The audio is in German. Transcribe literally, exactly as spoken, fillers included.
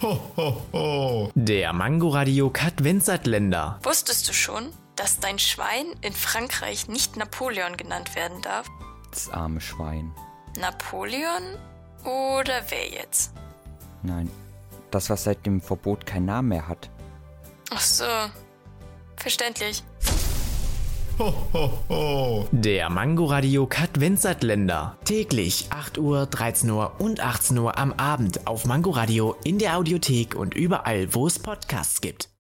Ho, ho, ho. Der Mangoradio Adventskalender. Wusstest du schon, dass dein Schwein in Frankreich nicht Napoleon genannt werden darf? Das arme Schwein. Napoleon oder wer jetzt? Nein, das, was seit dem Verbot keinen Namen mehr hat. Ach so, verständlich. Ho, ho, ho. Der Mangoradio Adventskalender. Täglich acht Uhr, dreizehn Uhr und achtzehn Uhr am Abend auf Mangoradio, in der Audiothek und überall, wo es Podcasts gibt.